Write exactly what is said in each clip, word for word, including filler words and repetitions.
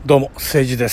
どうも誠治です、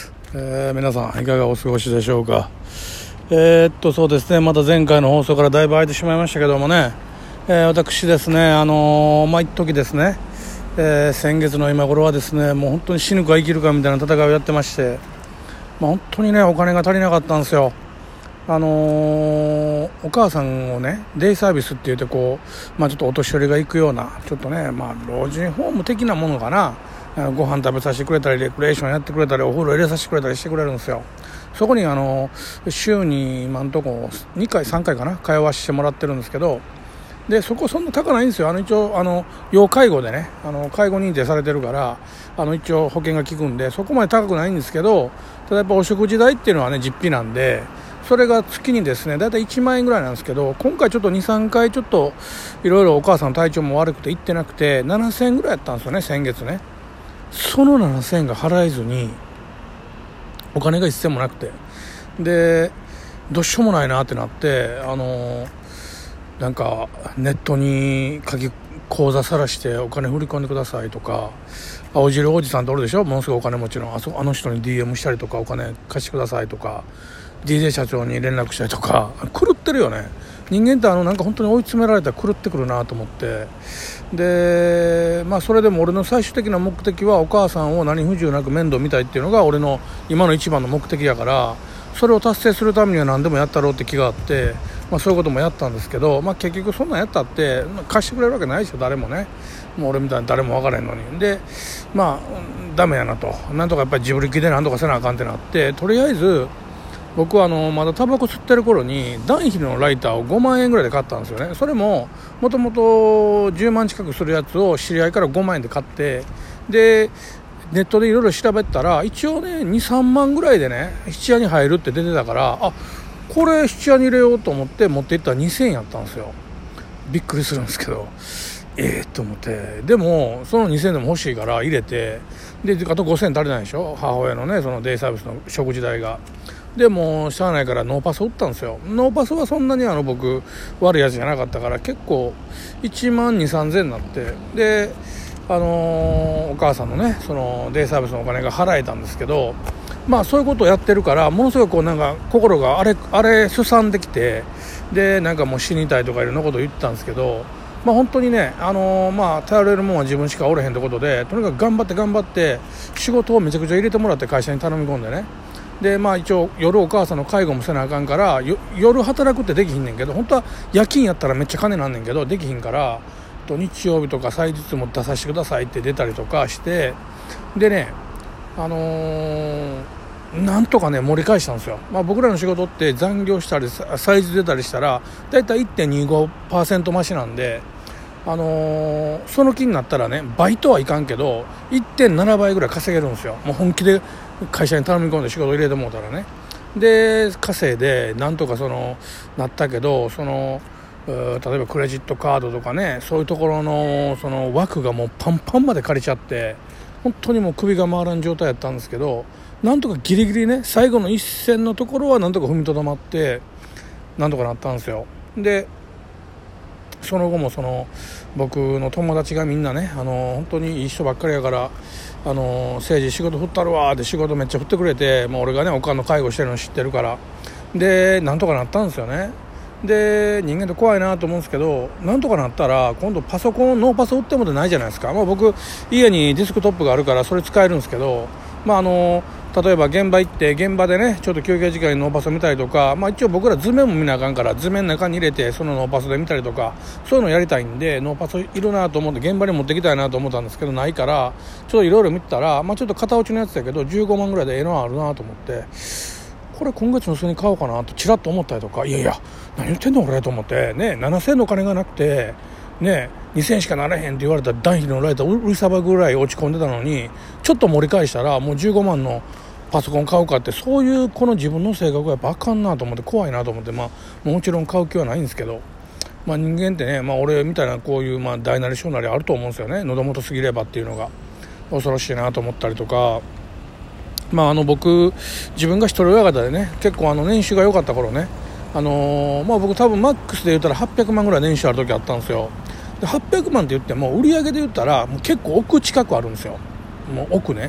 えー、皆さんいかがお過ごしでしょうか。えー、っとそうですねまた前回の放送からだいぶ空いてしまいましたけどもね、えー、私ですねあのー、まあ一時ですね、えー、先月の今頃はですねもう本当に死ぬか生きるかみたいな戦いをやってまして、まあ、本当にねお金が足りなかったんですよ。あのー、お母さんをねデイサービスって言ってこう、まあ、ちょっとお年寄りが行くようなちょっとね、まあ、老人ホーム的なものかな、ご飯食べさせてくれたりレクレーションやってくれたりお風呂入れさせてくれたりしてくれるんですよ。そこにあの週に今んとこにかいさんかいかな通わせてもらってるんですけど、でそこそんな高ないんですよ。あの一応あの要介護でねあの介護認定されてるからあの一応保険が効くんでそこまで高くないんですけど、ただやっぱお食事代っていうのはね実費なんでそれが月にですねだいたいいちまんえんぐらいなんですけど、今回ちょっと にさんかいちょっといろいろお母さんの体調も悪くて行ってなくてななせんえんぐらいやったんですよね先月ね。そのななせんえんが払えずにお金が一銭もなくて、でどうしようもないなってなってあのなんかネットに書き口座さらしてお金振り込んでくださいとか、青汁おじさんっておるでしょ、ものすごいお金持ちの あ, そあの人に ディーエム したりとかお金貸してくださいとか ディージェー 社長に連絡したりとか狂ってるよね。人間ってあのなんか本当に追い詰められたら狂ってくるなと思って、でまあそれでも俺の最終的な目的はお母さんを何不自由なく面倒見たいっていうのが俺の今の一番の目的やから、それを達成するためには何でもやったろうって気があって、まあ、そういうこともやったんですけど、まあ、結局そんなんやったって貸してくれるわけないですよ誰もね。もう俺みたいに誰も分からへんのに。でまあダメやなと、なんとかやっぱり自力でなんとかせなあかんってなって、とりあえず僕はあのまだタバコ吸ってる頃にダンヒルのライターをごまんえんぐらいで買ったんですよね。それももともとじゅうまん近くするやつを知り合いからごまんえんで買って、でネットでいろいろ調べたら一応ね にさんまんぐらいでね質屋に入るって出てたから、あこれ質屋に入れようと思って持っていったらにせんえんやったんですよ。びっくりするんですけどええー、と思って、でもそのにせんえんでも欲しいから入れて、であとごせんえん足りないでしょ母親のねそのデイサービスの食事代が。でもしゃあないからノーパス打ったんですよ。ノーパスはそんなにあの僕悪いやつじゃなかったから結構いちまんにせんさんぜんえんになって、であのー、お母さんのねそのデイサービスのお金が払えたんですけど、まあそういうことをやってるからものすごくこうなんか心があれあれすさんできて、でなんかもう死にたいとかいろんなことを言ってたんですけど、まあ本当にねあのー、まあ頼れるもんは自分しかおれへんってことで、とにかく頑張って頑張って仕事をめちゃくちゃ入れてもらって会社に頼み込んでね、でまあ一応夜お母さんの介護もせなあかんから夜働くってできひんねんけど、本当は夜勤やったらめっちゃ金なんねんけどできひんから、と日曜日とか祭日も出させてくださいって出たりとかして、でねあのー、なんとかね盛り返したんですよ。まあ、僕らの仕事って残業したり祭日出たりしたらだいたい いってんにごパーセント 増しなんで、あのー、その気になったらね倍とはいかんけど いってんななばいぐらい稼げるんですよ。もう本気で会社に頼み込んで仕事入れてもうたらね。で稼いでなんとかそのなったけど、その例えばクレジットカードとかねそういうところのその枠がもうパンパンまで借りちゃって本当にもう首が回らん状態やったんですけど、なんとかギリギリね最後の一線のところはなんとか踏みとどまってなんとかなったんですよ。でその後もその僕の友達がみんなねあの本当にいい人ばっかりやから、あの政治仕事振ったるわって仕事めっちゃ振ってくれて、まあ、俺がねおかんの介護してるの知ってるからでなんとかなったんですよね。で人間って怖いなと思うんですけど、なんとかなったら今度パソコンノーパソ打ってもないじゃないですか。まあ、僕家にディスクトップがあるからそれ使えるんですけど、まあ、あの例えば現場行って現場でねちょっと休憩時間にノーパソ見たりとか、まあ、一応僕ら図面も見なあかんから図面の中に入れてそのノーパソで見たりとかそういうのやりたいんでノーパソいるなと思って現場に持ってきたいなと思ったんですけどないから、ちょっといろいろ見てたら、まあ、ちょっと型落ちのやつだけどじゅうごまんぐらいでええのあるなと思って、これ今月の末に買おうかなとちらっと思ったりとか、いやいや何言ってんのこれと思ってね、ななせんえんの金がなくてねにせんえんしかならへんって言われたらダンヒルのライター売りさばぐらい落ち込んでたのに、ちょっと盛り返したらもうじゅうごまんのパソコン買うかって、そういうこの自分の性格がやっぱあかんなと思って怖いなと思って、まあもちろん買う気はないんですけど、まあ人間ってね、まあ俺みたいなこういうまあ大なり小なりあると思うんですよね。喉元すぎればっていうのが恐ろしいなと思ったりとか、まああの僕自分が一人親方でね結構あの年収が良かった頃ね、あのー、まあ僕多分マックスで言ったらはっぴゃくまんぐらい年収ある時あったんですよ。ではっぴゃくまんって言っても売り上げで言ったらもう結構億近くあるんですよ。もう億ね。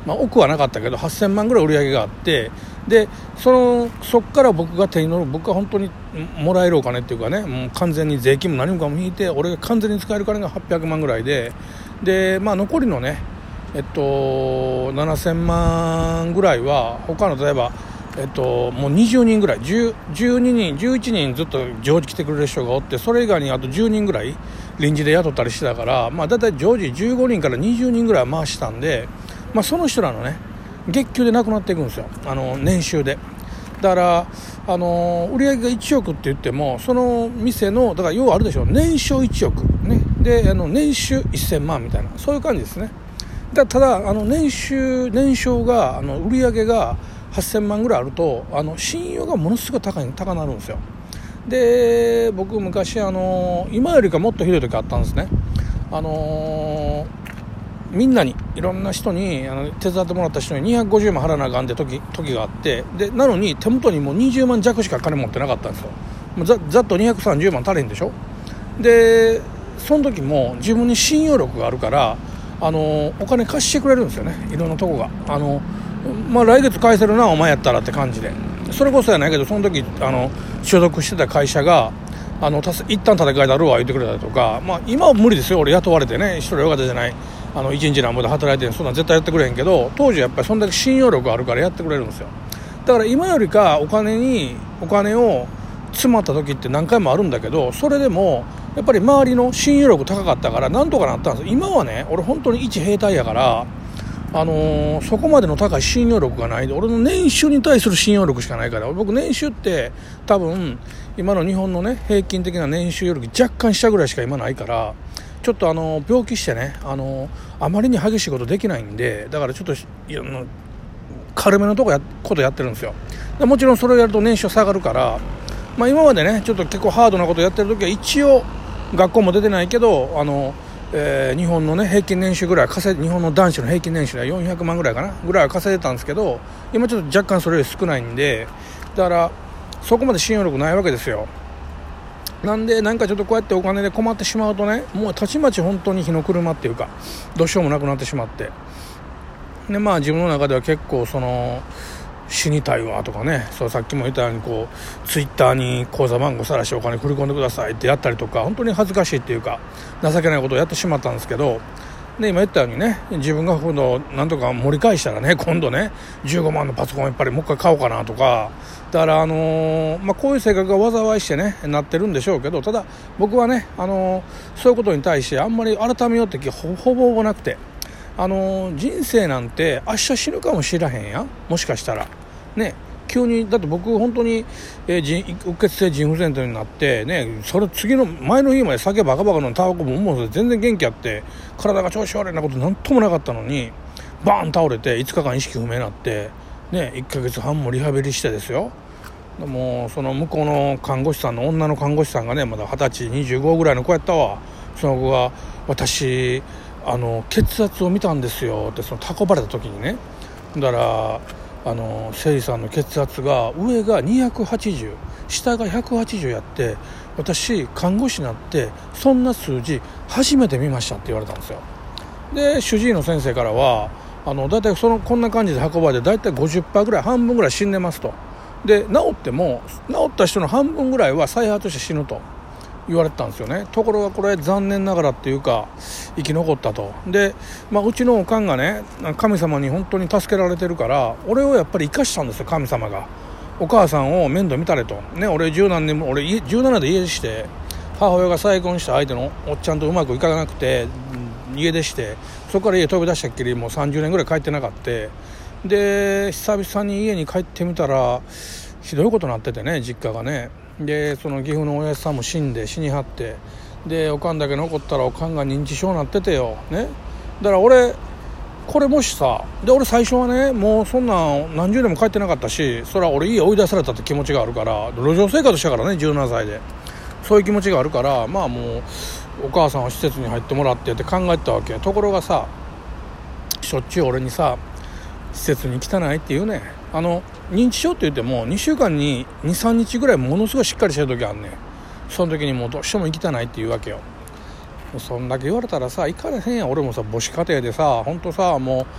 まあ、億はなかったけどはっせんまんぐらい売り上げがあって、でそのそっから僕が手に乗る、僕が本当にもらえるお金っていうかね、もう完全に税金も何もかも引いて俺が完全に使える金がはっぴゃくまんぐらいで、で、まあ、残りのねえっとななせんまんぐらいは他の例えばえっともうにじゅうにんぐらいじゅう、じゅうににんじゅういちにんずっと常時来てくれる人がおって、それ以外にあとじゅうにんぐらい臨時で雇ったりしてたから、まあ、だいたい常時じゅうごにんからにじゅうにんぐらい回したんで、まあ、その人らのね月給でなくなっていくんですよ、あの年収で。だからあの売り上げがいちおくって言っても、その店のだから要はあるでしょ、年商いちおく、ね、であの年収せんまんみたいな、そういう感じですね。だただあの年収年商があの売り上げがはっせんまんぐらいあると、あの信用がものすごい高い高なるんですよ。で僕昔あの今よりかもっとひどい時あったんですね。あのみんなにいろんな人にあの手伝ってもらった人ににひゃくごじゅうまん払わなあかんって時時があって、でなのに手元にもうにじゅうまん弱しか金持ってなかったんですよ。もう ざ, ざっとにひゃくさんじゅうまん足りんでしょ。でその時も自分に信用力があるからあのお金貸してくれるんですよね、いろんなとこが。あのまあ、来月返せるなお前やったらって感じで、それこそやないけどその時あの所属してた会社があのたす一旦戦いだろうは言ってくれたりとか、まあ、今は無理ですよ、俺雇われてね一人よかったじゃない、あの一日なんぼで働いてる、そんなん絶対やってくれへんけど、当時はやっぱりそんだけ信用力があるからやってくれるんですよ。だから今よりかお金にお金を詰まった時って何回もあるんだけど、それでもやっぱり周りの信用力高かったからなんとかなったんですよ。今はね俺本当に一兵隊やからあのー、そこまでの高い信用力がないで、俺の年収に対する信用力しかないから、僕年収って多分今の日本のね平均的な年収より若干下ぐらいしか今ないから、ちょっとあの病気してね、あのあまりに激しいことできないんで、だからちょっといや軽めのとこやことやってるんですよ。でもちろんそれをやると年収下がるから、まあ、今までねちょっと結構ハードなことやってる時は一応学校も出てないけどあのえー、日本のね平均年収ぐらい稼い日本の男子の平均年収はよんひゃくまんぐらいかなぐらいは稼いでたんですけど、今ちょっと若干それより少ないんで、だからそこまで信用力ないわけですよ。なんでなんかちょっとこうやってお金で困ってしまうとね、もうたちまち本当に火の車っていうかどうしようもなくなってしまって、でまあ自分の中では結構その死にたいわとかね、そうさっきも言ったようにこうツイッターに口座番号さらしてお金振り込んでくださいってやったりとか、本当に恥ずかしいっていうか情けないことをやってしまったんですけど、で今言ったようにね自分が今度なんとか盛り返したらね、今度ねじゅうごまんのパソコンやっぱりもう一回買おうかなとか、だからあのーまあ、こういう性格が災いしてねなってるんでしょうけど、ただ僕はね、あのー、そういうことに対してあんまり改めようって気ほほぼほぼなくて、あのー、人生なんて明日死ぬかもしれへんやん、もしかしたらね、急にだって僕本当に、えー、うっ血性腎不全になってね、それ次の前の日まで酒バカバカのタバコももう全然元気あって体が調子悪いなことなんともなかったのにバーン倒れていつかかん意識不明になってね、いっかげつはんもリハビリしてですよ。もうその向こうの看護師さんの女の看護師さんがねまだはたちにじゅうごぐらいの子やったわ。その子が私あの血圧を見たんですよってその運ばれた時にね、だからあのセイさんの血圧が上がにひゃくはちじゅう下がひゃくはちじゅうやって、私看護師になってそんな数字初めて見ましたって言われたんですよ。で主治医の先生からはあのだいたいそのこんな感じで運ばれてだいたい ごじゅっパーセント ぐらい半分ぐらい死んでますと、で治っても治った人の半分ぐらいは再発して死ぬと言われてたんですよね。ところがこれ残念ながらっていうか生き残ったと。で、まあ、うちのおかんがね神様に本当に助けられてるから俺をやっぱり生かしたんですよ、神様が。お母さんを面倒見たれとね、俺十何年も俺じゅうななで家出して母親が再婚した相手のおっちゃんとうまくいかなくて家出して、そこから家飛び出したっきりもうさんじゅうねんぐらい帰ってなかった。で久々に家に帰ってみたらひどいことになっててね、実家がね。でその岐阜の親父さんも死んで死にはって、でおかんだけ残ったらおかんが認知症になっててよ、ね、だから俺これもしさで俺最初はねもうそんなん何十年も帰ってなかったし、それは俺家追い出されたって気持ちがあるから、路上生活したからねじゅうななさいで、そういう気持ちがあるから、まあもうお母さんは施設に入ってもらってって考えてたわけ。ところがさしょっちゅう俺にさ施設に来たないって言うね。あの認知症って言ってもにしゅうかんに にさんにちぐらいものすごいしっかりしてる時あんねん。その時にもうどうしても行きたないって言うわけよ。そんだけ言われたらさ行かれへんやん。俺もさ母子家庭でさほんとさもう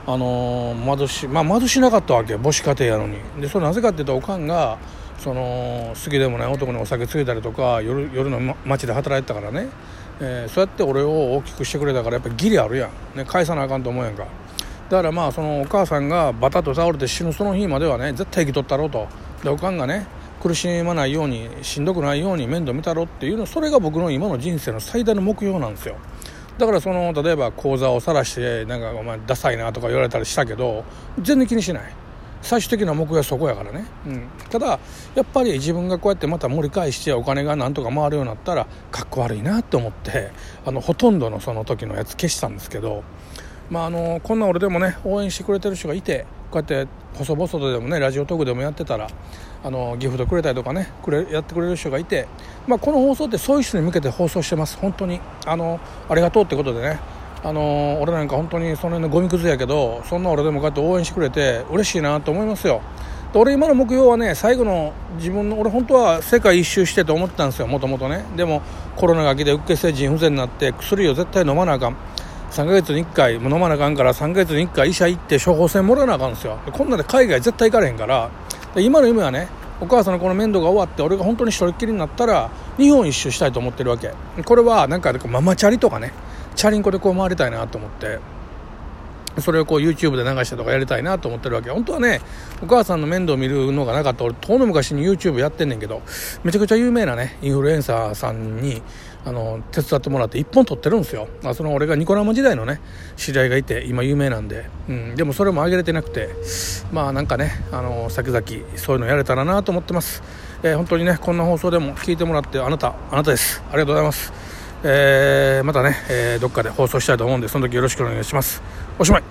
あのー、貧しまあ貧しなかったわけ、母子家庭やのに。でそれなぜかっていうと、おかんがその好きでもない男にお酒ついたりとか、夜夜の街で働いてたからね、えー、そうやって俺を大きくしてくれたから、やっぱり義理あるやん、ね、返さなあかんと思うやんか。だからまあそのお母さんがバタッと倒れて死ぬその日まではね、絶対生きとったろうと。でおかんがね苦しまないように、しんどくないように面倒見たろっていうの、それが僕の今の人生の最大の目標なんですよ。だからその例えば口座を晒してなんかお前ダサいなとか言われたりしたけど、全然気にしない。最終的な目標はそこやからね、うん、ただやっぱり自分がこうやってまた盛り返してお金がなんとか回るようになったらかっこ悪いなって思って、あのほとんどのその時のやつ消したんですけど、まあ、あのこんな俺でもね応援してくれてる人がいて、こうやって細々とでもねラジオトークでもやってたら、あのギフトくれたりとかねくれやってくれる人がいて、まあ、この放送ってそういう人に向けて放送してます。本当に あのありがとうってことでね、あの俺なんか本当にその辺のゴミくずやけど、そんな俺でもこうやって応援してくれて嬉しいなと思いますよ。で俺今の目標はね、最後の自分の俺本当は世界一周してと思ってたんですよ、もともとね。でもコロナが来てうっ血性腎不全になって薬を絶対飲まなあかん、さんかげつにいっかいも飲まなあかんから、さんかげつにいっかい医者行って処方箋もらわなあかんんですよ。でこんなで海外絶対行かれへんから、で今の夢はね、お母さんのこの面倒が終わって俺が本当に一人っきりになったら日本一周したいと思ってるわけ。これはなんかママチャリとかね、チャリンコでこう回りたいなと思って、それをこう YouTube で流したとかやりたいなと思ってるわけ。本当はね、お母さんの面倒を見るのがなかった俺、遠の昔に YouTube やってんねんけど、めちゃくちゃ有名なねインフルエンサーさんにあの手伝ってもらっていっぽん撮ってるんですよ。まあ、その俺がニコ生時代のね知り合いがいて今有名なんで、うん、でもそれも上げれてなくて、まあなんかねあの先々そういうのやれたらなと思ってます。えー、本当にねこんな放送でも聞いてもらってあなたあなたです、ありがとうございます。えー、またね、えー、どっかで放送したいと思うんで、その時よろしくお願いします。おしまい。